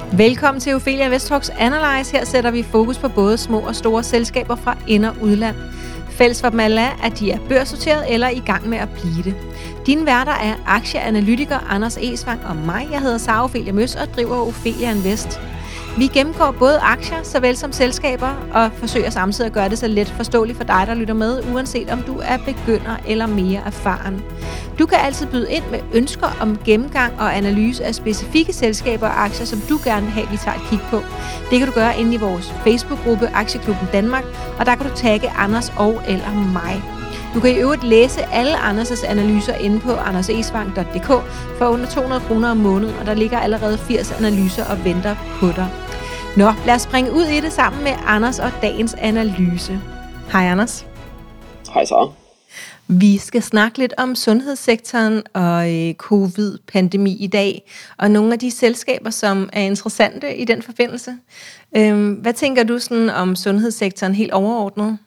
Velkommen til Ophelia Invest Talks Analyze. Her sætter vi fokus på både små og store selskaber fra ind- og udland. Fælles for dem alle er, at de er børsnoteret eller i gang med at blive det. Dine værter er aktieanalytiker Anders Egesvang og mig. Jeg hedder Sara Ophelia Møs og driver Ophelia Invest. Vi gennemgår både aktier såvel som selskaber og forsøger samtidig at gøre det så let forståeligt for dig, der lytter med, uanset om du er begynder eller mere erfaren. Du kan altid byde ind med ønsker om gennemgang og analyse af specifikke selskaber og aktier, som du gerne vil have, vi tager et kig på. Det kan du gøre inde i vores Facebook-gruppe Aktieklubben Danmark, og der kan du tagge Anders og eller mig. Du kan i øvrigt læse alle Anders' analyser inde på andersesvang.dk for under 200 kroner om måneden, og der ligger allerede 80 analyser og venter på dig. Nå, lad os springe ud i det sammen med Anders og dagens analyse. Hej Anders. Hej Sara. Vi skal snakke lidt om sundhedssektoren og covid-pandemi i dag, og nogle af de selskaber, som er interessante i den forbindelse. Hvad tænker du sådan om sundhedssektoren helt overordnet?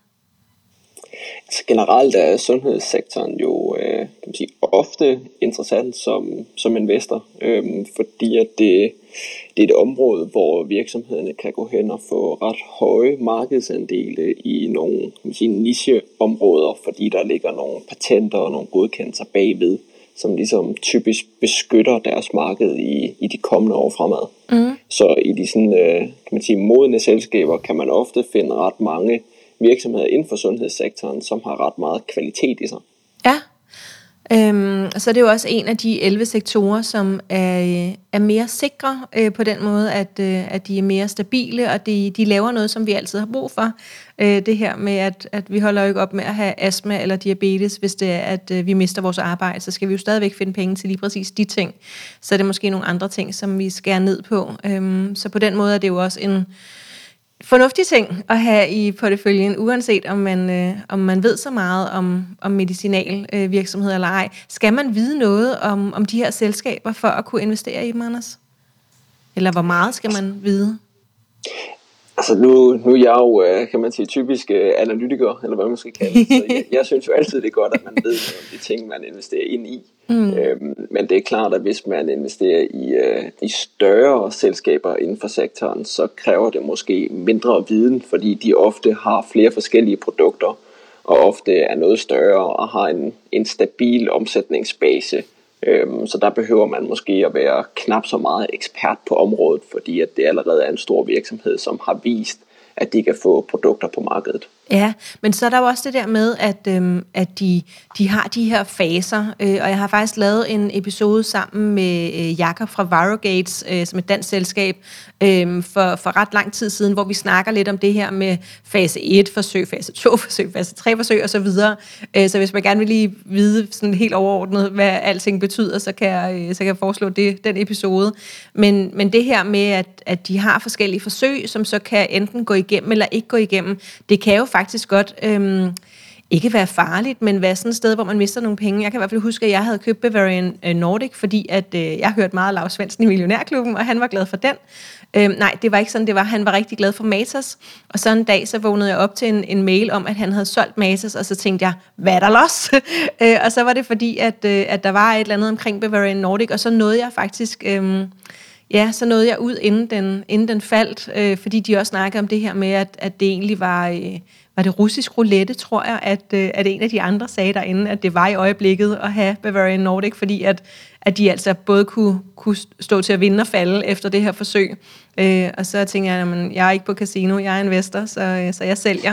Altså generelt er sundhedssektoren jo kan man sige, ofte interessant som investor, fordi at det er et område, hvor virksomhederne kan gå hen og få ret høje markedsandele i nogle kan man sige, nicheområder, fordi der ligger nogle patenter og nogle godkendelser bagved, som ligesom typisk beskytter deres marked i de kommende år fremad. Så i de sådan, kan man sige, modne selskaber kan man ofte finde ret mange virksomheder inden for sundhedssektoren, som har ret meget kvalitet i sig. Ja, så det er jo også en af de 11 sektorer, som er mere sikre på den måde, at de er mere stabile, og de laver noget, som vi altid har brug for. Det her med, at vi holder jo ikke op med at have astma eller diabetes, hvis det er, at vi mister vores arbejde, så skal vi jo stadigvæk finde penge til lige præcis de ting. Så er det måske nogle andre ting, som vi skærer ned på. Så på den måde er det jo også en fornuftig ting at have i porteføljen, uanset om man ved så meget om medicinalvirksomheder eller ej. Skal man vide noget om de her selskaber for at kunne investere i dem, Anders? Eller hvor meget skal man vide? Altså nu er jeg jo, kan man sige, typisk analytiker, eller hvad man skal kalde det. Så jeg synes jo altid, det er godt, at man ved noget om de ting, man investerer ind i. Men det er klart, at hvis man investerer i større selskaber inden for sektoren, så kræver det måske mindre viden, fordi de ofte har flere forskellige produkter, og ofte er noget større og har en stabil omsætningsbase. Så der behøver man måske at være knap så meget ekspert på området, fordi at det allerede er en stor virksomhed, som har vist, at de kan få produkter på markedet. Ja, men så er der jo også det der med, at de har de her faser, og jeg har faktisk lavet en episode sammen med Jakob fra Virogates, som et dansk selskab, for ret lang tid siden, hvor vi snakker lidt om det her med fase 1 forsøg, fase 2 forsøg, fase 3 forsøg osv. Så hvis man gerne vil lige vide sådan helt overordnet, hvad alting betyder, så kan jeg foreslå den episode. Men det her med, at de har forskellige forsøg, som så kan enten gå igennem eller ikke gå igennem, det kan jo faktisk godt ikke være farligt, men være sådan et sted, hvor man mister nogle penge. Jeg kan i hvert fald huske, at jeg havde købt Bavarian Nordic, fordi at jeg hørte meget Lars Svendsen i Millionærklubben, og han var glad for den. Nej, det var ikke sådan, det var. Han var rigtig glad for Matas, og så en dag, så vågnede jeg op til en mail om, at han havde solgt Matas, og så tænkte jeg, hvad er der los? Og så var det fordi, at der var et eller andet omkring Bavarian Nordic, og så nåede jeg faktisk så nåede jeg ud, inden den faldt, fordi de også snakkede om det her med, at det egentlig var det russisk roulette, tror jeg, at en af de andre sagde derinde, at det var i øjeblikket at have Bavarian Nordic, fordi at de altså både kunne stå til at vinde og falde efter det her forsøg. Og så tænker jeg, at jeg er ikke på casino, jeg er investor, så jeg sælger.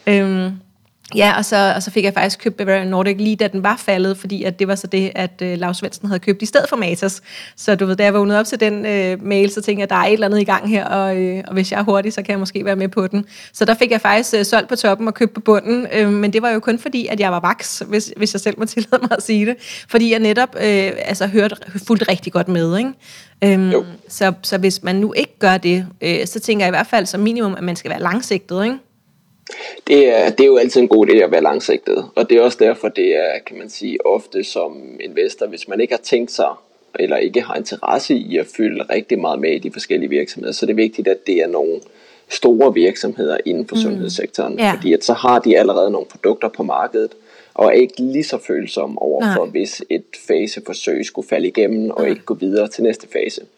Ja, og så fik jeg faktisk købt Bavarian Nordic lige da den var faldet, fordi at det var så det, at Lars Svendsen havde købt i stedet for Matas. Så du ved, da jeg vågnede op til den mail, så tænkte jeg, at der er et eller andet i gang her, og hvis jeg er hurtig, så kan jeg måske være med på den. Så der fik jeg faktisk solgt på toppen og købt på bunden, men det var jo kun fordi, at jeg var vaks, hvis jeg selv må tillade mig at sige det. Fordi jeg netop fulgte rigtig godt med, ikke? Så hvis man nu ikke gør det, så tænker jeg i hvert fald som minimum, at man skal være langsigtet, ikke? Det er jo altid en god idé at være langsigtet, og det er også derfor, det er, kan man sige, ofte som investor, hvis man ikke har tænkt sig, eller ikke har interesse i at følge rigtig meget med i de forskellige virksomheder, så det er vigtigt, at det er nogle store virksomheder inden for sundhedssektoren, fordi at så har de allerede nogle produkter på markedet, og er ikke lige så følsomme overfor, hvis et faseforsøg skulle falde igennem, og ikke gå videre til næste fase.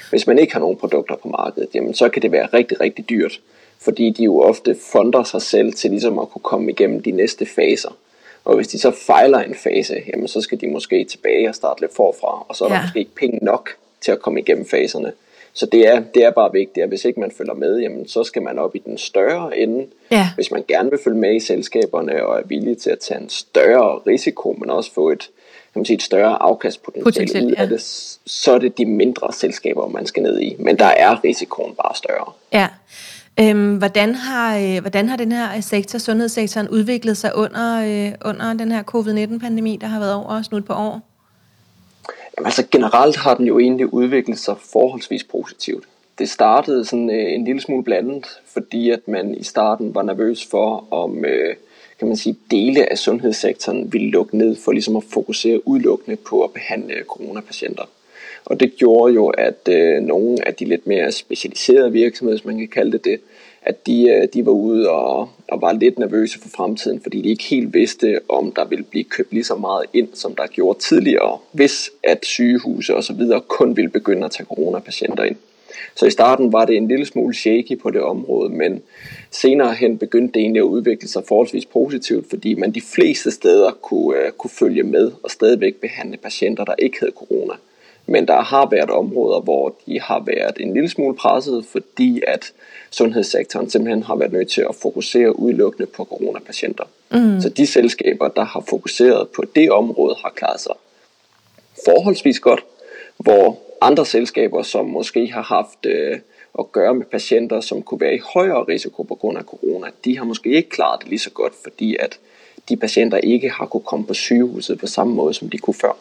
Hvis man ikke har nogen produkter på markedet, jamen, så kan det være rigtig, rigtig dyrt, fordi de jo ofte fonder sig selv til ligesom at kunne komme igennem de næste faser. Og hvis de så fejler en fase, jamen, så skal de måske tilbage og starte lidt forfra, og så er der måske ikke penge nok til at komme igennem faserne. Så det er bare vigtigt, at hvis ikke man følger med, jamen, så skal man op i den større ende. Ja. Hvis man gerne vil følge med i selskaberne og er villig til at tage en større risiko, men også få et større afkastpotentiale ud af det, så er det de mindre selskaber, man skal ned i. Men der er risikoen bare større. Ja. Hvordan har den her sektor, sundhedssektoren, udviklet sig under den her covid-19-pandemi, der har været over os nu et par år? Jamen, altså generelt har den jo egentlig udviklet sig forholdsvis positivt. Det startede sådan en lille smule blandet, fordi at man i starten var nervøs for, om dele af sundhedssektoren ville lukke ned for ligesom at fokusere udelukkende på at behandle coronapatienter. Og det gjorde jo, at nogle af de lidt mere specialiserede virksomheder, hvis man kan kalde det, at de var ude og var lidt nervøse for fremtiden, fordi de ikke helt vidste, om der ville blive købt lige så meget ind, som der gjorde tidligere, hvis at sygehuse og så videre kun ville begynde at tage coronapatienter ind. Så i starten var det en lille smule shaky på det område, men senere hen begyndte det egentlig at udvikle sig forholdsvis positivt, fordi man de fleste steder kunne følge med og stadigvæk behandle patienter, der ikke havde corona. Men der har været områder, hvor de har været en lille smule presset, fordi at sundhedssektoren simpelthen har været nødt til at fokusere udelukkende på coronapatienter. Så de selskaber, der har fokuseret på det område, har klaret sig forholdsvis godt, hvor andre selskaber, som måske har haft at gøre med patienter, som kunne være i højere risiko på grund af corona, de har måske ikke klaret det lige så godt, fordi at de patienter ikke har kunne komme på sygehuset på samme måde, som de kunne før.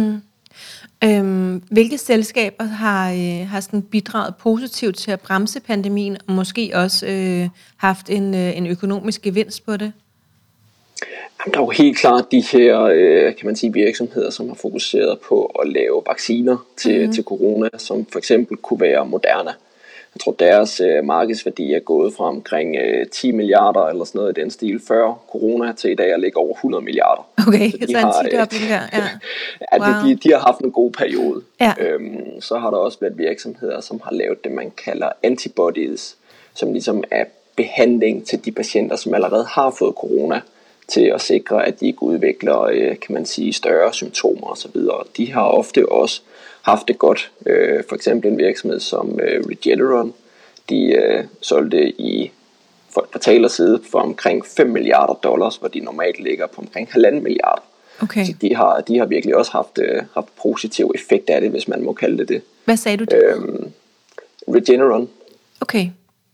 Hvilke selskaber har sådan bidraget positivt til at bremse pandemien, og måske også haft en økonomisk gevinst på det? Jamen, der er jo helt klart de her virksomheder, som har fokuseret på at lave vacciner til corona, som for eksempel kunne være Moderna. Jeg tror, deres markedsværdi er gået fra omkring 10 milliarder eller sådan noget i den stil før corona til i dag at ligge over 100 milliarder. Okay, så en 10-dobling der. Ja. De har haft en god periode. Ja. Så har der også været virksomheder, som har lavet det, man kalder antibodies, som ligesom er behandling til de patienter, som allerede har fået corona, til at sikre, at de ikke udvikler, større symptomer osv. De har ofte også haft det godt. For eksempel en virksomhed som Regeneron, de solgte i for et kvartal side for omkring 5 milliarder dollars, hvor de normalt ligger på omkring 1,5 milliarder. Okay. Så de har virkelig også haft positiv effekt af det, hvis man må kalde det det. Hvad sagde du? Regeneron. Okay.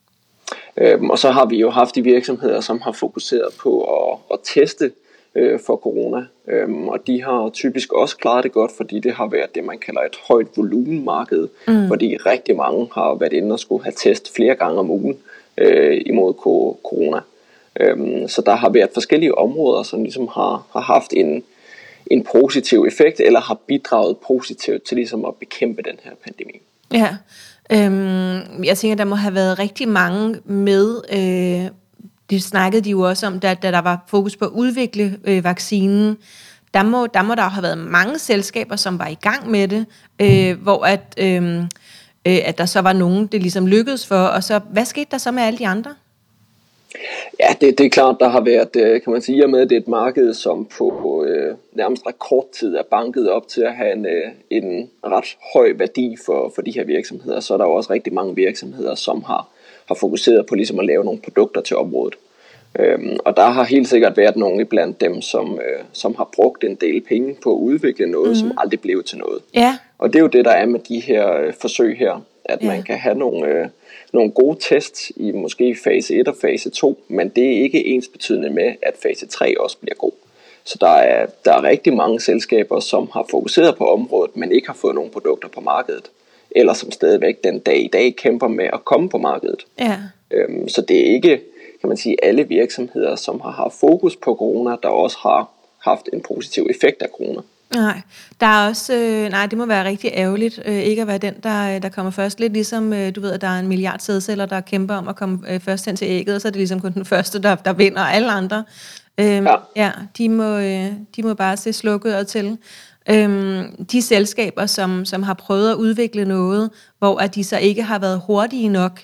Og så har vi jo haft de virksomheder, som har fokuseret på at teste for corona, og de har typisk også klaret det godt, fordi det har været det, man kalder et højt volumenmarked, fordi rigtig mange har været inde og skulle have test flere gange om ugen imod corona. Så der har været forskellige områder, som ligesom har haft en positiv effekt, eller har bidraget positivt til ligesom at bekæmpe den her pandemi. Ja, jeg tænker, der må have været rigtig mange med. Det snakkede de jo også om, da der var fokus på at udvikle vaccinen. Der må der have været mange selskaber, som var i gang med det, hvor at der så var nogen, det ligesom lykkedes for. Og så, hvad skete der så med alle de andre? Ja, det er klart, der har været, kan man sige, med det er et marked, som på nærmest rekordtid er banket op til at have en ret høj værdi for de her virksomheder. Så er der jo også rigtig mange virksomheder, som har fokuseret på ligesom at lave nogle produkter til området. Og der har helt sikkert været nogle blandt dem, som har brugt en del penge på at udvikle noget, som aldrig blev til noget. Ja. Og det er jo det, der er med de her forsøg her, at man kan have nogle gode tests i måske fase 1 og fase 2, men det er ikke ensbetydende med, at fase 3 også bliver god. Så der er rigtig mange selskaber, som har fokuseret på området, men ikke har fået nogle produkter på markedet, eller som stadigvæk den dag i dag kæmper med at komme på markedet. Ja. Så det er ikke, kan man sige, alle virksomheder, som har haft fokus på corona, der også har haft en positiv effekt af corona. Nej, der er også, det må være rigtig ærgerligt ikke at være den, der kommer først. Lidt ligesom, du ved, at der er 1 milliard sædceller, der kæmper om at komme først hen til ægget, og så er det ligesom kun den første, der vinder alle andre. Ja, de må bare se slukket og til. De selskaber, som har prøvet at udvikle noget, hvor at de så ikke har været hurtige nok,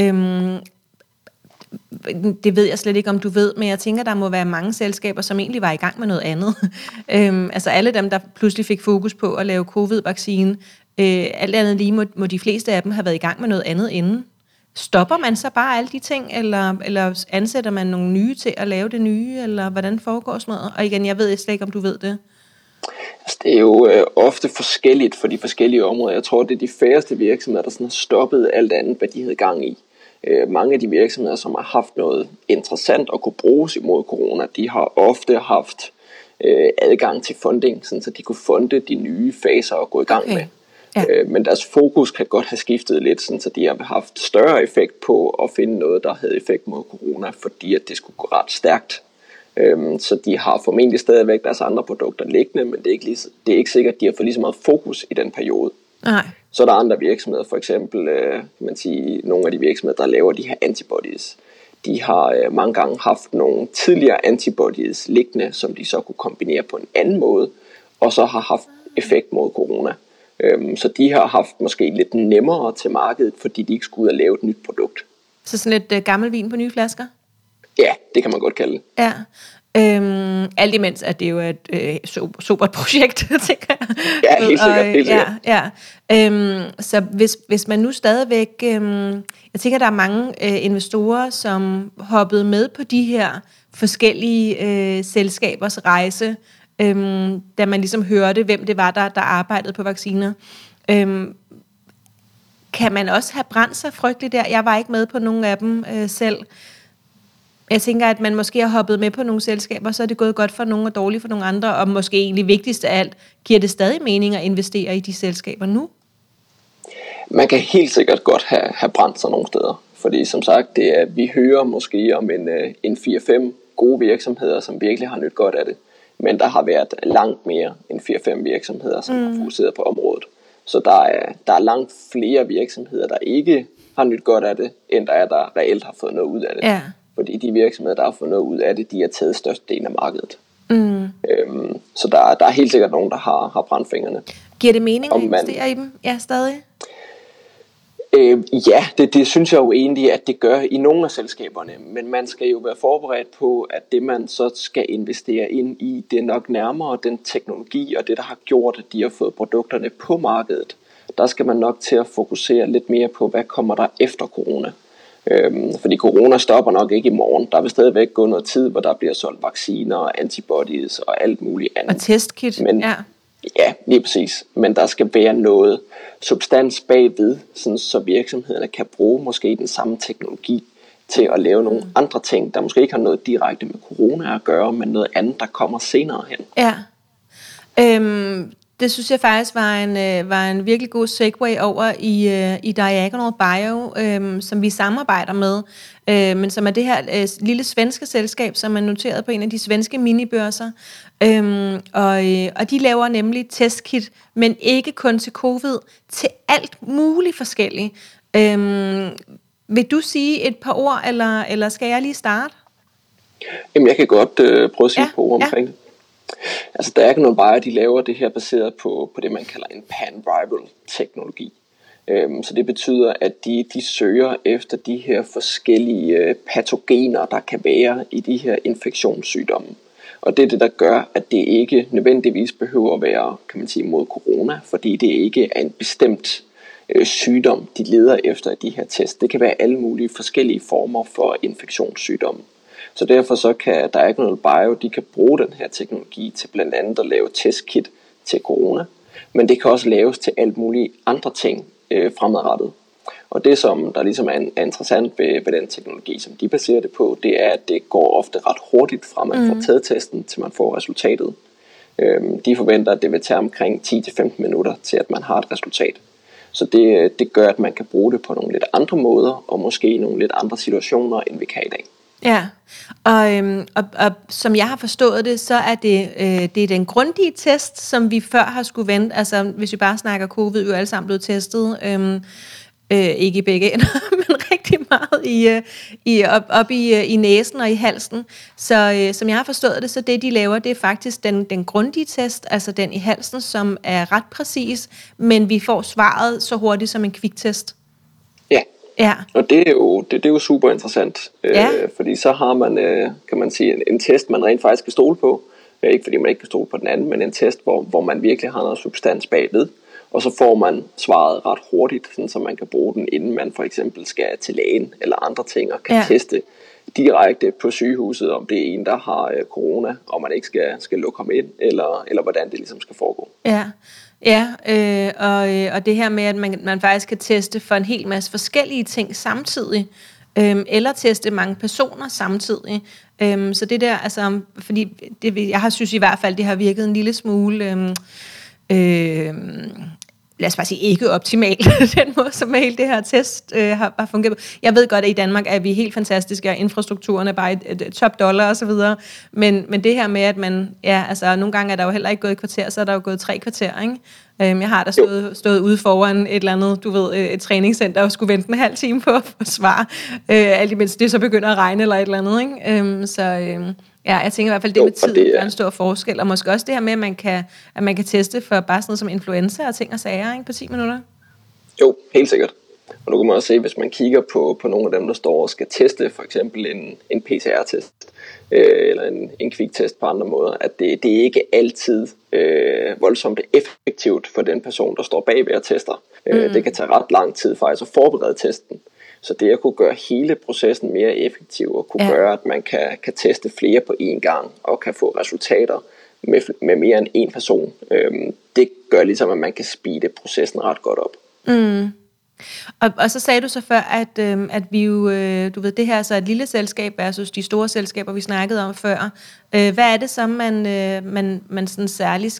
det ved jeg slet ikke, om du ved, men jeg tænker, der må være mange selskaber, som egentlig var i gang med noget andet. Altså alle dem, der pludselig fik fokus på at lave covid-vaccine, alt andet lige må de fleste af dem have været i gang med noget andet inden. Stopper man så bare alle de ting, eller ansætter man nogle nye til at lave det nye, eller hvordan foregår sådan noget? Og igen, jeg ved slet ikke, om du ved det. Altså, det er jo ofte forskelligt for de forskellige områder. Jeg tror, det er de færreste virksomheder, der sådan har stoppet alt andet, hvad de havde gang i. Mange af de virksomheder, som har haft noget interessant og kunne bruges imod corona, de har ofte haft adgang til funding, sådan så de kunne funde de nye faser og gå i gang med. Ja. Men deres fokus kan godt have skiftet lidt, sådan så de har haft større effekt på at finde noget, der havde effekt mod corona, fordi at det skulle gå ret stærkt. Så de har formentlig stadigvæk deres andre produkter liggende, men det er ikke sikkert, at de har fået lige så meget fokus i den periode. Nej. Så er der andre virksomheder, for eksempel kan man sige, nogle af de virksomheder, der laver de her antibodies. De har mange gange haft nogle tidligere antibodies liggende, som de så kunne kombinere på en anden måde, og så har haft effekt mod corona. Så de har haft måske lidt nemmere til markedet, fordi de ikke skulle ud og lave et nyt produkt. Så sådan lidt gammel vin på nye flasker? Ja, det kan man godt kalde det. Ja. Alt imens, at det er jo et sobert projekt, tænker jeg. Ja, helt sikkert. Så hvis man nu stadigvæk... jeg tænker, der er mange investorer, som hoppede med på de her forskellige selskabers rejse, da man ligesom hørte, hvem det var, der arbejdede på vacciner. Kan man også have brændt sig frygteligt der? Jeg var ikke med på nogen af dem selv. Jeg tænker, at man måske har hoppet med på nogle selskaber, så er det gået godt for nogle og dårligt for nogle andre, og måske egentlig vigtigst af alt, giver det stadig mening at investere i de selskaber nu? Man kan helt sikkert godt have brændt sig nogle steder, fordi som sagt, vi hører måske om en 4-5 gode virksomheder, som virkelig har nydt godt af det, men der har været langt mere end 4-5 virksomheder, som har fokuseret på området. Så der er langt flere virksomheder, der ikke har nydt godt af det, end der reelt har fået noget ud af det. Ja. Fordi de virksomheder, der har fået noget ud af det, de har taget størstedelen af markedet. Så der er helt sikkert nogen, der har brændt fingrene. Giver det mening at investere i dem? Ja, stadig? Ja, det synes jeg jo egentlig, at det gør i nogle af selskaberne. Men man skal jo være forberedt på, at det man så skal investere ind i, det er nok nærmere den teknologi og det, der har gjort, at de har fået produkterne på markedet. Der skal man nok til at fokusere lidt mere på, hvad kommer der efter corona. Fordi corona stopper nok ikke i morgen. Der vil stadigvæk gå noget tid, hvor der bliver solgt vacciner og antibodies og alt muligt andet. Og testkit, Ja, lige præcis. Men der skal være noget substans bagved, sådan så virksomhederne kan bruge måske den samme teknologi til at lave nogle andre ting, der måske ikke har noget direkte med corona at gøre, men noget andet, der kommer senere hen. Ja. Det synes jeg faktisk var en virkelig god segue over i Diagonal Bio, som vi samarbejder med, men som er det her lille svenske selskab, som er noteret på en af de svenske minibørser. Og de laver nemlig testkit, men ikke kun til covid, til alt muligt forskelligt. Vil du sige et par ord, eller skal jeg lige starte? Jamen, jeg kan godt prøve at sige et par ord omkring det. Altså Diagonal Bio, de laver det her baseret på det, man kalder en pan-viral teknologi. Så det betyder, at de søger efter de her forskellige patogener, der kan være i de her infektionssygdomme. Og det er det, der gør, at det ikke nødvendigvis behøver at være, kan man sige, mod corona, fordi det ikke er en bestemt sygdom, de leder efter i de her test. Det kan være alle mulige forskellige former for infektionssygdomme. Så derfor så kan Diagonal Bio, de kan bruge den her teknologi til blandt andet at lave testkit til corona, men det kan også laves til alt mulige andre ting fremadrettet. Og det, som der ligesom er interessant ved den teknologi, som de baserer det på, det er, at det går ofte ret hurtigt fra man får taget testen, til man får resultatet. De forventer, at det vil tage omkring 10-15 minutter til, at man har et resultat. Så det gør, at man kan bruge det på nogle lidt andre måder, og måske i nogle lidt andre situationer, end vi kan i dag. Ja, og som jeg har forstået det, så er det er den grundige test, som vi før har skulle vente. Altså, hvis vi bare snakker covid, vi er jo alle sammen blevet testet. Ikke i begge ender, men rigtig meget i næsen og i halsen. Så som jeg har forstået det, så det de laver, det er faktisk den grundige test, altså den i halsen, som er ret præcis, men vi får svaret så hurtigt som en kviktest. Ja. Ja. Og det er jo super interessant, fordi så har man, kan man sige, en test, man rent faktisk kan stole på. Ikke fordi man ikke kan stole på den anden, men en test, hvor man virkelig har noget substans bagved. Og så får man svaret ret hurtigt, sådan, så man kan bruge den, inden man for eksempel skal til lægen eller andre ting, og kan teste direkte på sygehuset, om det er en, der har corona, og man ikke skal lukke ham ind, eller hvordan det ligesom skal foregå. Og det her med, at man faktisk kan teste for en hel masse forskellige ting samtidig, eller teste mange personer samtidig. Så det der, altså, fordi jeg har synes i hvert fald, det har virket en lille smule, lad os bare sige, ikke optimalt, den måde, som hele det her test har fungeret på. Jeg ved godt, at i Danmark er vi helt fantastiske, og infrastrukturen er bare et top dollar og så videre. Men det her med, at man, altså nogle gange er der jo heller ikke gået et kvarter, så er der jo gået 3 kvarter, ikke? Jeg har da stået ude foran et eller andet, du ved, et træningscenter og skulle vente en halv time på at få svar, alt imens det så begynder at regne eller et eller andet, ikke? Jeg tænker i hvert fald, det med tid gør en stor forskel, og måske også det her med, at man kan teste for bare sådan noget som influenza og ting og sager, ikke, på 10 minutter. Jo, helt sikkert. Og nu kan man også se, hvis man kigger på nogle af dem, der står og skal teste, for eksempel en PCR-test, eller en kviktest på andre måder, at det er ikke altid voldsomt effektivt for den person, der står bagved og tester. Det kan tage ret lang tid faktisk at forberede testen. Så det at kunne gøre hele processen mere effektiv, og kunne gøre, at man kan teste flere på én gang, og kan få resultater med mere end en person, det gør ligesom, at man kan speede processen ret godt op. Og så sagde du så før, at vi jo, du ved, det her er så et lille selskab versus de store selskaber, vi snakkede om før. Hvad er det så, man sådan særligt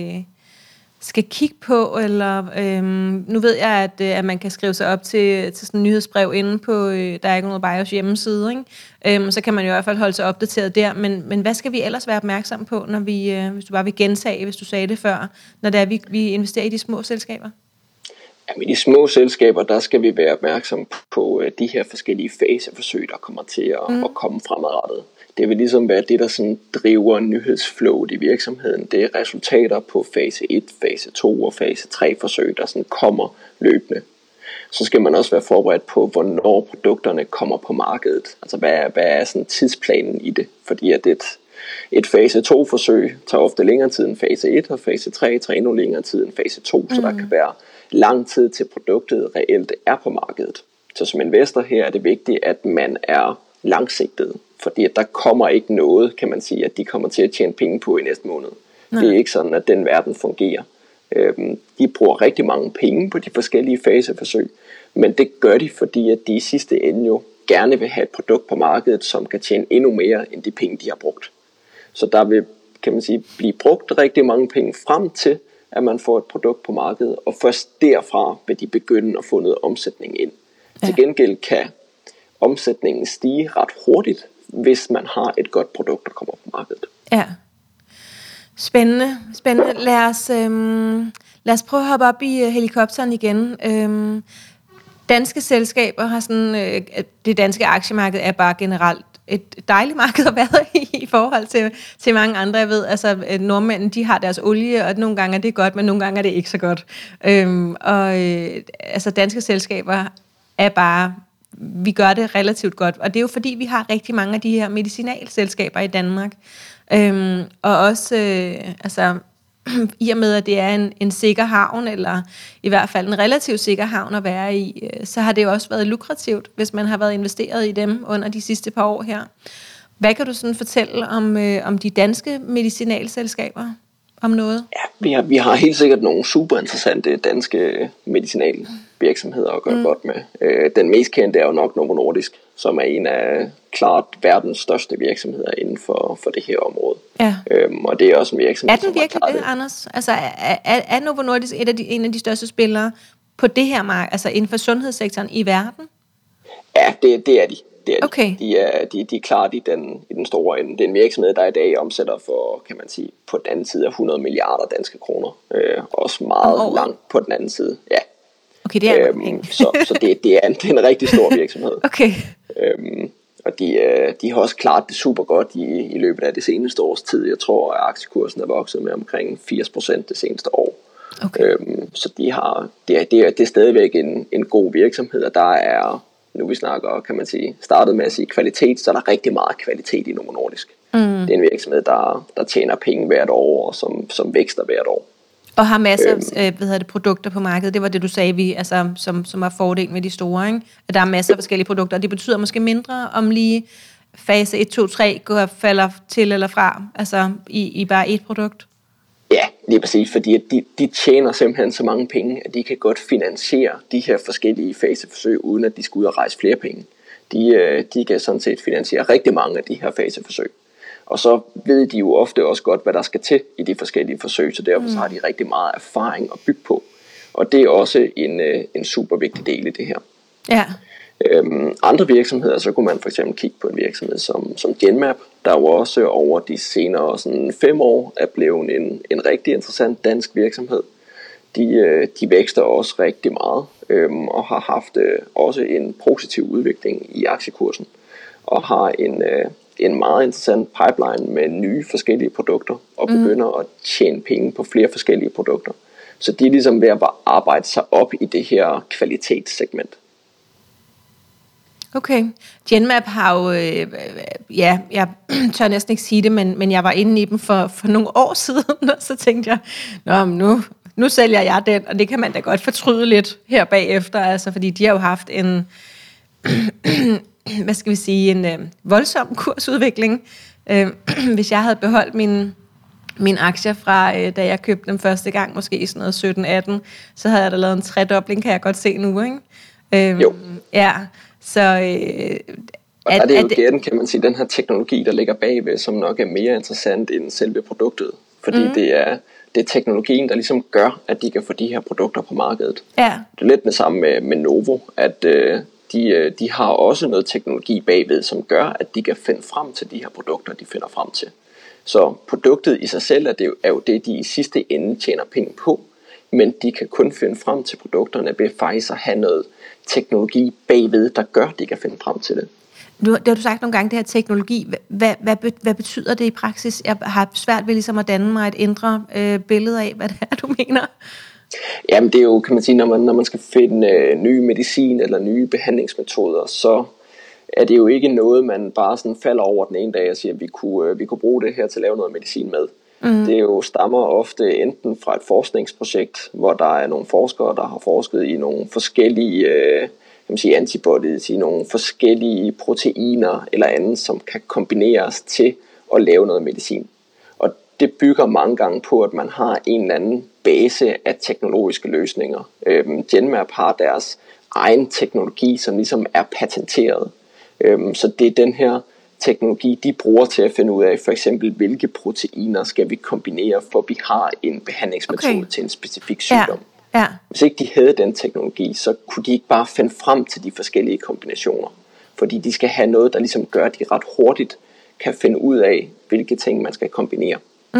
skal kigge på, eller nu ved jeg, at man kan skrive sig op til sådan en nyhedsbrev inde på, der er ikke noget BIOS hjemmeside, ikke? Så kan man jo i hvert fald holde sig opdateret der, men hvad skal vi ellers være opmærksom på, når vi, hvis du bare vil gentage, hvis du sagde det før, når det er, vi investerer i de små selskaber? I de små selskaber, der skal vi være opmærksom på de her forskellige faseforsøg, der kommer til at komme fremadrettet. Det vil ligesom være det, der sådan driver nyhedsflowet i virksomheden. Det er resultater på fase 1, fase 2 og fase 3 forsøg, der sådan kommer løbende. Så skal man også være forberedt på, hvornår produkterne kommer på markedet. Altså hvad er sådan tidsplanen i det? Fordi at et fase 2 forsøg tager ofte længere tid end fase 1, og fase 3 tager endnu længere tid end fase 2, så der kan være lang tid til produktet reelt er på markedet. Så som investor her er det vigtigt, at man er langsigtet, fordi at der kommer ikke noget, kan man sige, at de kommer til at tjene penge på i næste måned. Nej. Det er ikke sådan, at den verden fungerer. De bruger rigtig mange penge på de forskellige faseforsøg, men det gør de, fordi at de i sidste ende jo gerne vil have et produkt på markedet, som kan tjene endnu mere end de penge, de har brugt. Så der vil, kan man sige, blive brugt rigtig mange penge frem til, at man får et produkt på markedet, og først derfra vil de begynde at få noget omsætning ind. Ja. Til gengæld kan omsætningen stige ret hurtigt, hvis man har et godt produkt, der kommer på markedet. Ja. Spændende. Lad os prøve at hoppe op i helikopteren igen. Danske selskaber har sådan, det danske aktiemarked er bare generelt et dejligt marked at være i forhold til mange andre. Jeg ved, altså nordmændene, de har deres olie, og nogle gange er det godt, men nogle gange er det ikke så godt. Altså danske selskaber er bare, vi gør det relativt godt, og det er jo fordi, vi har rigtig mange af de her medicinalselskaber i Danmark. Og også, altså i og med, at det er en sikker havn, eller i hvert fald en relativt sikker havn at være i, så har det jo også været lukrativt, hvis man har været investeret i dem under de sidste par år her. Hvad kan du sådan fortælle om de danske medicinalselskaber? Om noget? Ja, vi har helt sikkert nogle super interessante danske medicinalvirksomheder at gøre godt med. Den mest kendte er jo nok Novo Nordisk, som er en af klart verdens største virksomheder inden for det her område. Ja. Og det er også en virksomhed, som har klaret det. Anders? Altså er Novo Nordisk en af de største spillere på det her marked, altså inden for sundhedssektoren i verden? Ja, det er de. Okay. De er klart i den store ende. Det er en virksomhed, der i dag omsætter for, kan man sige, på den anden side af 100 milliarder danske kroner. Også meget langt på den anden side. Ja. Okay, det er mange. Så det er en rigtig stor virksomhed. Okay. Og de har også klaret det super godt i løbet af det seneste års tid. Jeg tror, at aktiekursen er vokset med omkring 80% det seneste år. Okay. Så det er stadigvæk en god virksomhed, og der er, nu vi snakker, kan man sige, startet med at sige kvalitet, så er der rigtig meget kvalitet i Novo Nordisk. Det er en virksomhed, der tjener penge hvert år, og som vækster hvert år. Og har masser af produkter på markedet. Det var det, du sagde, som var fordelen med de store, ikke? At der er masser af forskellige produkter, og det betyder måske mindre om lige fase 1, 2, 3 falder til eller fra, altså i bare et produkt. Ja, lige præcis, fordi at de tjener simpelthen så mange penge, at de kan godt finansiere de her forskellige faseforsøg, uden at de skal ud og rejse flere penge. De kan sådan set finansiere rigtig mange af de her faseforsøg. Og så ved de jo ofte også godt, hvad der skal til i de forskellige forsøg, så derfor så har de rigtig meget erfaring at bygge på. Og det er også en super vigtig del i det her. Ja. Andre virksomheder, så kunne man for eksempel kigge på en virksomhed som Genmab, der jo også over de senere sådan 5 år er blevet en rigtig interessant dansk virksomhed. De vækster også rigtig meget og har haft også en positiv udvikling i aktiekursen og har en meget interessant pipeline med nye forskellige produkter og begynder at tjene penge på flere forskellige produkter. Så de er ligesom ved at arbejde sig op i det her kvalitetssegment. Okay. Genmab har jo, jeg tør næsten ikke sige det, men jeg var inde i dem for nogle år siden, og så tænkte jeg, nu sælger jeg den, og det kan man da godt fortryde lidt her bagefter, altså, fordi de har jo haft en, en voldsom kursudvikling. Hvis jeg havde beholdt mine aktier fra, da jeg købte dem første gang, måske i sådan noget 17-18, så havde jeg da lavet en tredobling, kan jeg godt se nu, ikke? Jo. Ja, så... og der er det jo igen, kan man sige, den her teknologi, der ligger bagved, som nok er mere interessant end selve produktet. Fordi det er teknologien, der ligesom gør, at de kan få de her produkter på markedet. Ja. Det er lidt det samme med Novo, at de har også noget teknologi bagved, som gør, at de kan finde frem til de her produkter, de finder frem til. Så produktet i sig selv er jo det, de i sidste ende tjener penge på, men de kan kun finde frem til produkterne ved faktisk at have noget teknologi bagved, der gør, at de kan finde frem til det. Det har du sagt nogle gange, det her teknologi. Hvad betyder det i praksis? Jeg har svært ved ligesom at danne mig et indre billede af, hvad det er, du mener. Jamen det er jo, kan man sige, når man skal finde nye medicin eller nye behandlingsmetoder, så er det jo ikke noget, man bare sådan falder over den ene dag og siger, at vi kunne bruge det her til at lave noget medicin med. Det jo stammer ofte enten fra et forskningsprojekt, hvor der er nogle forskere, der har forsket i nogle forskellige kan man sige, antibodies, i nogle forskellige proteiner eller andet, som kan kombineres til at lave noget medicin. Og det bygger mange gange på, at man har en eller anden base af teknologiske løsninger. Genmab har deres egen teknologi, som ligesom er patenteret. Så det er den her teknologi, de bruger til at finde ud af, for eksempel, hvilke proteiner skal vi kombinere, for vi har en behandlingsmetode til en specifik sygdom. Ja. Hvis ikke de havde den teknologi, så kunne de ikke bare finde frem til de forskellige kombinationer. Fordi de skal have noget, der ligesom gør, at de ret hurtigt kan finde ud af, hvilke ting man skal kombinere.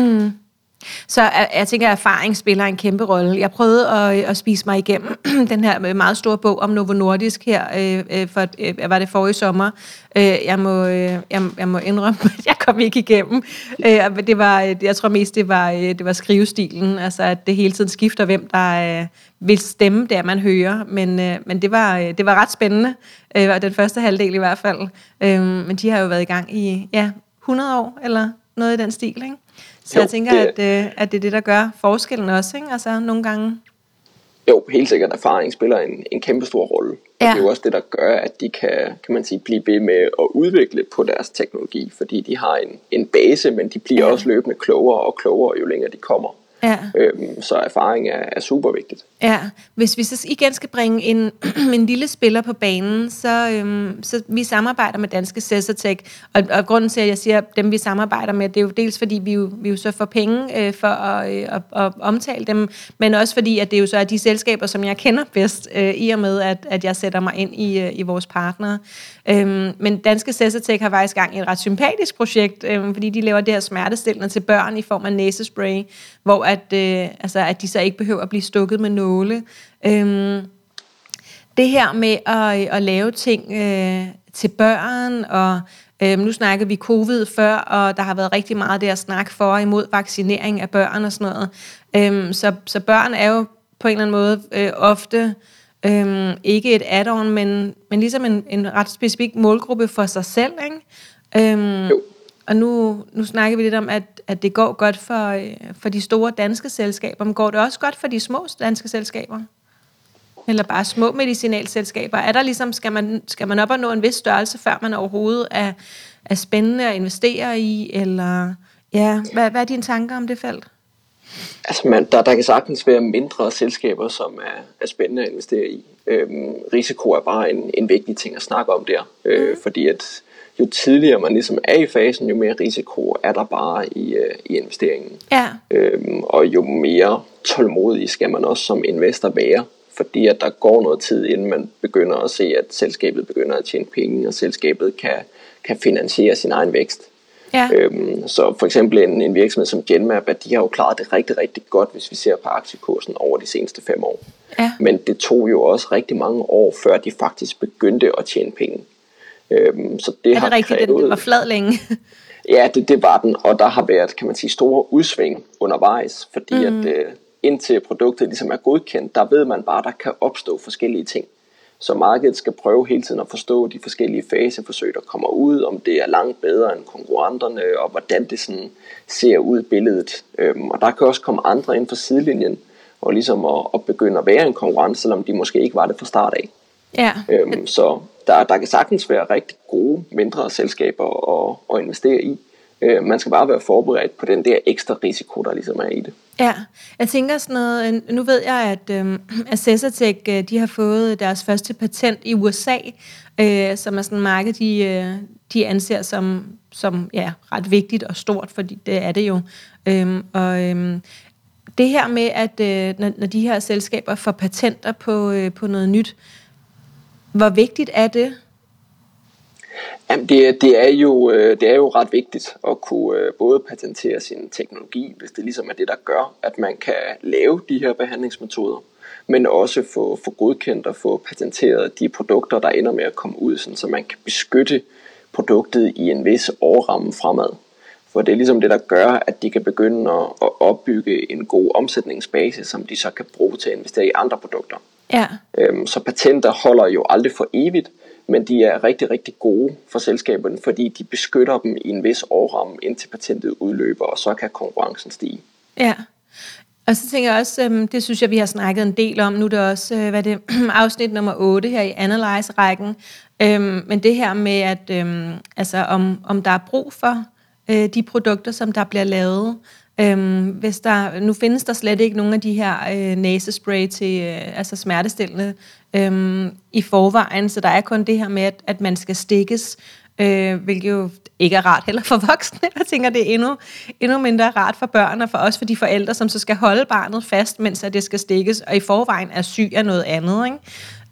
Så jeg tænker, at erfaring spiller en kæmpe rolle. Jeg prøvede at spise mig igennem den her meget store bog om Novo Nordisk her, var det forrige sommer. Jeg må indrømme, at jeg kom ikke igennem. Jeg tror mest, det var skrivestilen, altså at det hele tiden skifter, hvem der vil stemme, der man hører. Men det var ret spændende, den første halvdel i hvert fald. Men de har jo været i gang i 100 år, eller noget i den stil, ikke? Så jeg tænker, at det er det, der gør forskellen også, ikke? Altså nogle gange. Jo, helt sikkert erfaring spiller en kæmpe stor rolle. Og det er jo også det, der gør, at de kan man sige, blive ved med at udvikle på deres teknologi, fordi de har en base, men de bliver også løbende klogere og klogere, jo længere de kommer. Ja. Så erfaring er super vigtigt. Ja, hvis vi så igen skal bringe en lille spiller på banen, så vi samarbejder med danske SensorTech, og grunden til, at jeg siger dem, vi samarbejder med, det er jo dels fordi, vi jo så får penge for at omtale dem, men også fordi, at det jo så er de selskaber, som jeg kender bedst, i og med, at jeg sætter mig ind i vores partnere. Men danske SensorTech har faktisk gang i et ret sympatisk projekt, fordi de laver det her smertestillende til børn i form af næsespray, hvor at de så ikke behøver at blive stukket med nåle. det her med at lave ting til børn, og nu snakkede vi covid før, og der har været rigtig meget der snak for og imod vaccinering af børn og sådan noget. Så børn er jo på en eller anden måde ofte ikke et add-on, men ligesom en ret specifik målgruppe for sig selv, ikke? Og nu snakker vi lidt om, at det går godt for de store danske selskaber, men går det også godt for de små danske selskaber? Eller bare små medicinalselskaber? Er der ligesom, skal man op og nå en vis størrelse, før man overhovedet er spændende at investere i? Eller ja, hvad er dine tanker om det felt? Altså der kan sagtens være mindre selskaber, som er spændende at investere i. Risiko er bare en vigtig ting at snakke om der, fordi at jo tidligere man ligesom er i fasen, jo mere risiko er der bare i investeringen. Ja. Og jo mere tålmodig skal man også som investor være, fordi at der går noget tid, inden man begynder at se, at selskabet begynder at tjene penge, og selskabet kan finansiere sin egen vækst. Ja. Så for eksempel en virksomhed som Genmab, at de har jo klaret det rigtig, rigtig godt, hvis vi ser på aktiekursen over de seneste 5 år. Ja. Men det tog jo også rigtig mange år, før de faktisk begyndte at tjene penge. Så det er det rigtigt, den var flad længe? Ja, det var den, og der har været, kan man sige, store udsving undervejs, fordi at indtil produktet ligesom er godkendt, der ved man bare, at der kan opstå forskellige ting. Så markedet skal prøve hele tiden at forstå de forskellige faseforsøg, der kommer ud, om det er langt bedre end konkurrenterne, og hvordan det sådan ser ud i billedet. Og der kan også komme andre ind fra sidelinjen, og ligesom at begynde at være en konkurrence, selvom de måske ikke var det fra start af. Ja. Så der kan sagtens være rigtig gode mindre selskaber at investere i. Man skal bare være forberedt på den der ekstra risiko, der ligesom er i det. Ja, jeg tænker sådan noget, nu ved jeg, at Cesatec, de har fået deres første patent i USA, som er sådan et marked, de anser som ja, ret vigtigt og stort, fordi det er det jo. Det her med, at når de her selskaber får patenter på noget nyt, hvor vigtigt er det? Jamen det er jo ret vigtigt at kunne både patentere sin teknologi, hvis det ligesom er det, der gør, at man kan lave de her behandlingsmetoder, men også få godkendt og få patenteret de produkter, der ender med at komme ud, sådan, så man kan beskytte produktet i en vis årramme fremad. For det er ligesom det, der gør, at de kan begynde at opbygge en god omsætningsbase, som de så kan bruge til at investere i andre produkter. Ja. Så patenter holder jo aldrig for evigt, men de er rigtig, rigtig gode for selskaberne, fordi de beskytter dem i en vis årramme, indtil patentet udløber, og så kan konkurrencen stige. Ja, og så tænker jeg også, det synes jeg, vi har snakket en del om, nu er det også, afsnit nummer 8 her i Analyze-rækken, men det her med, at altså om der er brug for de produkter, som der bliver lavet. Hvis nu findes der slet ikke nogen af de her næsespray til altså smertestillende i forvejen, så der er kun det her med, at man skal stikkes, hvilket jo ikke er rart heller for voksne. Jeg tænker, det er endnu mindre rart for børn, og for os for de forældre, som så skal holde barnet fast, mens at det skal stikkes, og i forvejen er syg af noget andet, ikke?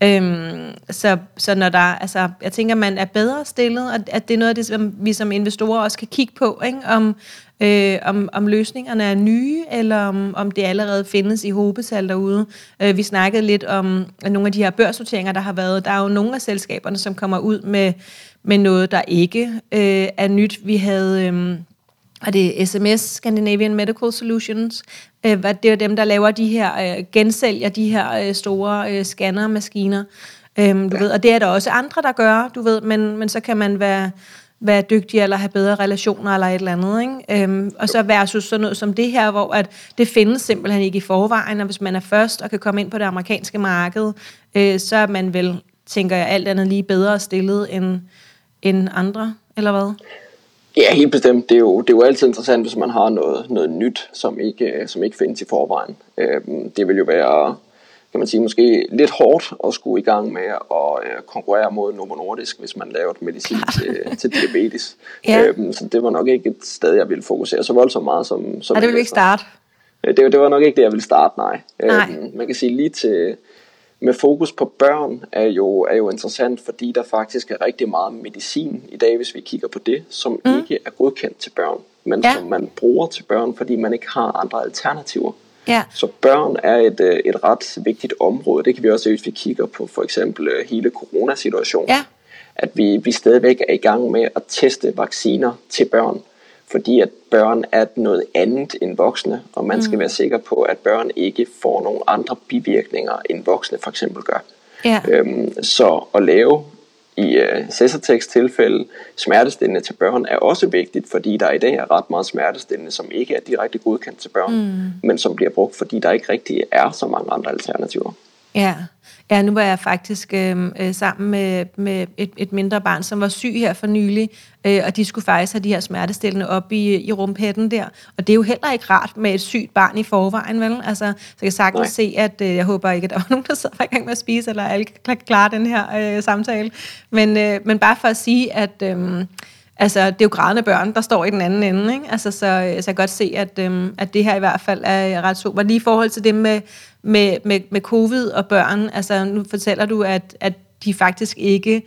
Så når der, altså, jeg tænker, man er bedre stillet, og at det er noget af det, som vi som investorer også kan kigge på, ikke? Om løsningerne er nye, eller om det allerede findes i hobetal derude. Vi snakkede lidt om nogle af de her børsnoteringer, der har været. Der er jo nogle af selskaberne, som kommer ud med noget, der ikke er nyt. Vi havde... Og det er SMS, Scandinavian Medical Solutions. Det er dem, der laver de her, gensælger de her store scannermaskiner. Du ved, og det er der også andre, der gør, du ved, men så kan man være dygtig eller have bedre relationer eller et eller andet, ikke? Og så versus sådan noget som det her, hvor at det findes simpelthen ikke i forvejen, og hvis man er først og kan komme ind på det amerikanske marked, så er man vel, tænker jeg, alt andet lige bedre stillet end andre, eller hvad? Ja, helt bestemt. Det er jo altid interessant, hvis man har noget nyt, som ikke findes i forvejen. Det vil jo være, kan man sige, måske lidt hårdt at skulle i gang med at konkurrere mod Novo Nordisk, hvis man laver medicin til diabetes. Ja. Så det var nok ikke et sted, jeg ville fokusere så voldsomt meget som det ville ikke starte? Det var nok ikke det, jeg ville starte, nej. Nej. Man kan sige lige til... Med fokus på børn er jo interessant, fordi der faktisk er rigtig meget medicin i dag, hvis vi kigger på det, som ikke er godkendt til børn, men som man bruger til børn, fordi man ikke har andre alternativer. Ja. Så børn er et ret vigtigt område. Det kan vi også se, hvis vi kigger på for eksempel hele coronasituationen. Ja. At vi stadigvæk er i gang med at teste vacciner til børn. Fordi at børn er noget andet end voksne, og man skal være sikker på, at børn ikke får nogle andre bivirkninger, end voksne for eksempel gør. Ja. Så at lave i Cesatecs tilfælde smertestillende til børn er også vigtigt, fordi der i dag er ret meget smertestillende, som ikke er direkte godkendt til børn, men som bliver brugt, fordi der ikke rigtig er så mange andre alternativer. Ja, nu var jeg faktisk sammen med et mindre barn, som var syg her for nylig, og de skulle faktisk have de her smertestillende op i rumpetten der. Og det er jo heller ikke rart med et sygt barn i forvejen, vel? Altså, så jeg kan sagtens se, at jeg håber ikke, at der var nogen, der sidder i gang med at spise, eller alle kan klare den her samtale. Men bare for at sige, at altså, det er jo grædende børn, der står i den anden ende, ikke? Altså, så jeg kan godt se, at det her i hvert fald er ret super. Lige i forhold til det med covid og børn, altså nu fortæller du, at de faktisk ikke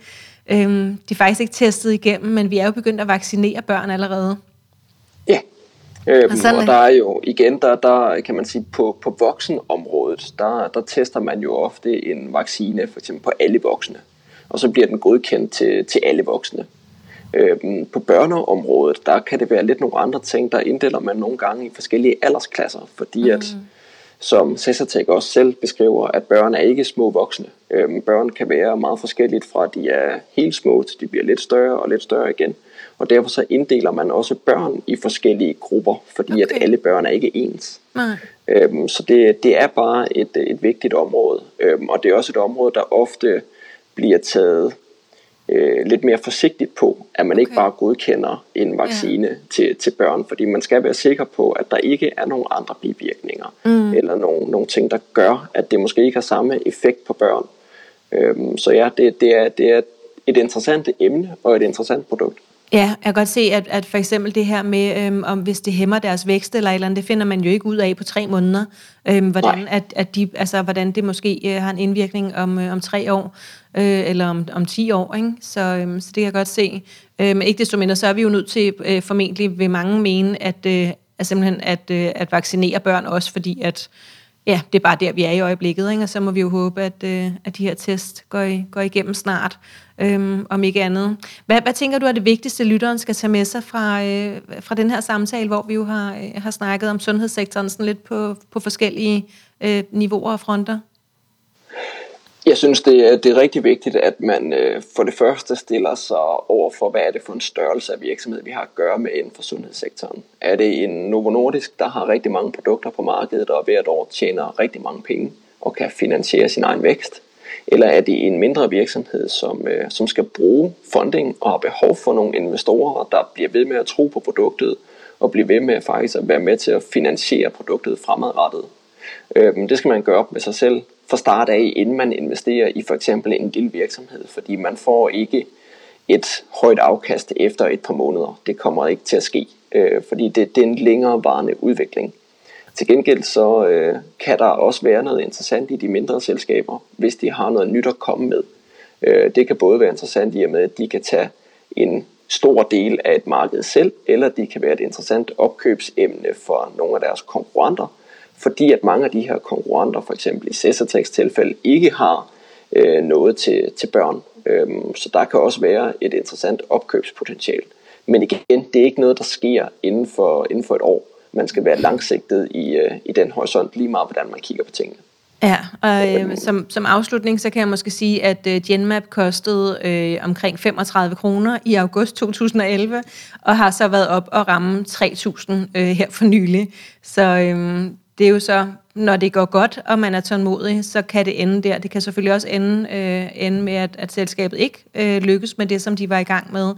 testet igennem, men vi er jo begyndt at vaccinere børn allerede. Ja, og der er jo igen, der kan man sige, på voksenområdet, der tester man jo ofte en vaccine, for eksempel på alle voksne, og så bliver den godkendt til alle voksne. På børneområdet, der kan det være lidt nogle andre ting, der inddeler man nogle gange i forskellige aldersklasser, fordi at, som Cesatec også selv beskriver, at børn er ikke små voksne. Børn kan være meget forskelligt fra, de er helt små, til de bliver lidt større og lidt større igen. Og derfor så inddeler man også børn i forskellige grupper, fordi at alle børn er ikke ens. Så det er bare et vigtigt område, og det er også et område, der ofte bliver taget lidt mere forsigtigt på, at man ikke bare godkender en vaccine til børn, fordi man skal være sikker på, at der ikke er nogen andre bivirkninger, eller nogle ting, der gør, at det måske ikke har samme effekt på børn. Så ja, det er et interessant emne og et interessant produkt. Ja, jeg kan godt se, at for eksempel det her med, om hvis det hæmmer deres vækst eller et eller andet, det finder man jo ikke ud af på 3 måneder. Hvordan det måske har en indvirkning om 3 år, eller om 10 år, ikke? Så det kan jeg godt se. Men ikke desto mindre, så er vi jo nødt til, formentlig vil mange mene, at vaccinere børn også, fordi at ja, det er bare der, vi er i øjeblikket, ikke? Og så må vi jo håbe, at de her test går igennem snart, om ikke andet. Hvad tænker du er det vigtigste, lytteren skal tage med sig fra den her samtale, hvor vi jo har snakket om sundhedssektoren sådan lidt på forskellige niveauer og fronter? Jeg synes, det er rigtig vigtigt, at man for det første stiller sig over for, hvad er det for en størrelse af virksomhed, vi har at gøre med inden for sundhedssektoren. Er det en Novo Nordisk, der har rigtig mange produkter på markedet, og hvert år tjener rigtig mange penge og kan finansiere sin egen vækst? Eller er det en mindre virksomhed, som skal bruge funding og har behov for nogle investorer, der bliver ved med at tro på produktet og bliver ved med faktisk at være med til at finansiere produktet fremadrettet? Det skal man gøre op med sig selv fra start af, inden man investerer i for eksempel en lille virksomhed, fordi man får ikke et højt afkast efter et par måneder. Det kommer ikke til at ske, fordi det er en længerevarende udvikling. Til gengæld så kan der også være noget interessant i de mindre selskaber, hvis de har noget nyt at komme med. Det kan både være interessant i og med, at de kan tage en stor del af et marked selv, eller de kan være et interessant opkøbsemne for nogle af deres konkurrenter, fordi at mange af de her konkurrenter, for eksempel i Cesatecs tilfælde, ikke har noget til børn. Så der kan også være et interessant opkøbspotentiale. Men igen, det er ikke noget, der sker inden for et år. Man skal være langsigtet i den horisont, lige meget hvordan man kigger på tingene. Ja, og som afslutning, så kan jeg måske sige, at Genmab kostede omkring 35 kroner i august 2011, og har så været op og ramme 3.000 her for nylig. Så det er jo så, når det går godt, og man er tålmodig, så kan det ende der. Det kan selvfølgelig også ende med, at selskabet ikke lykkes med det, som de var i gang med.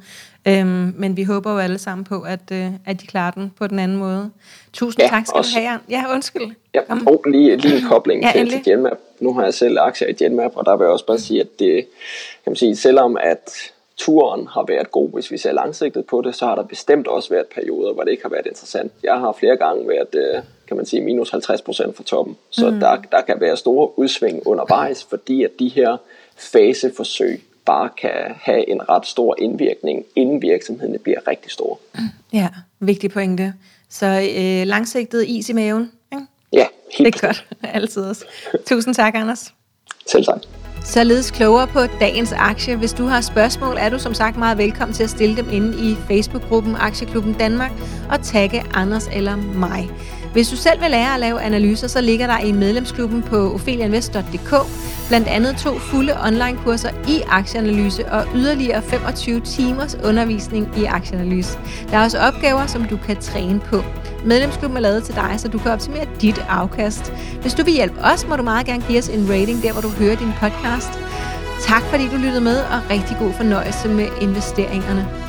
Men vi håber jo alle sammen på, at de klarer den på den anden måde. Tusind tak skal du have, Jan. Ja, undskyld. Ja, og lige en kobling til Genmab. Nu har jeg selv aktier i Genmab, og der vil jeg også bare sige, at det, kan man sige, selvom at turen har været god, hvis vi ser langsigtet på det, så har der bestemt også været perioder, hvor det ikke har været interessant. Jeg har flere gange været, kan man sige, minus 50% fra toppen. Så der kan være store udsving undervejs, fordi at de her faseforsøg bare kan have en ret stor indvirkning, inden virksomhederne bliver rigtig store. Ja, vigtig pointe. Så langsigtet is i maven, ikke? Ja, helt det er godt. Altid også. Tusind tak, Anders. Selv tak. Således klogere på dagens aktie. Hvis du har spørgsmål, er du som sagt meget velkommen til at stille dem inde i Facebook-gruppen Aktieklubben Danmark og tagge Anders eller mig. Hvis du selv vil lære at lave analyser, så ligger der i medlemsklubben på opheliainvest.dk blandt andet 2 fulde online-kurser i aktieanalyse og yderligere 25 timers undervisning i aktieanalyse. Der er også opgaver, som du kan træne på. Medlemsklubben er lavet til dig, så du kan optimere dit afkast. Hvis du vil hjælpe os, må du meget gerne give os en rating der, hvor du hører din podcast. Tak fordi du lyttede med, og rigtig god fornøjelse med investeringerne.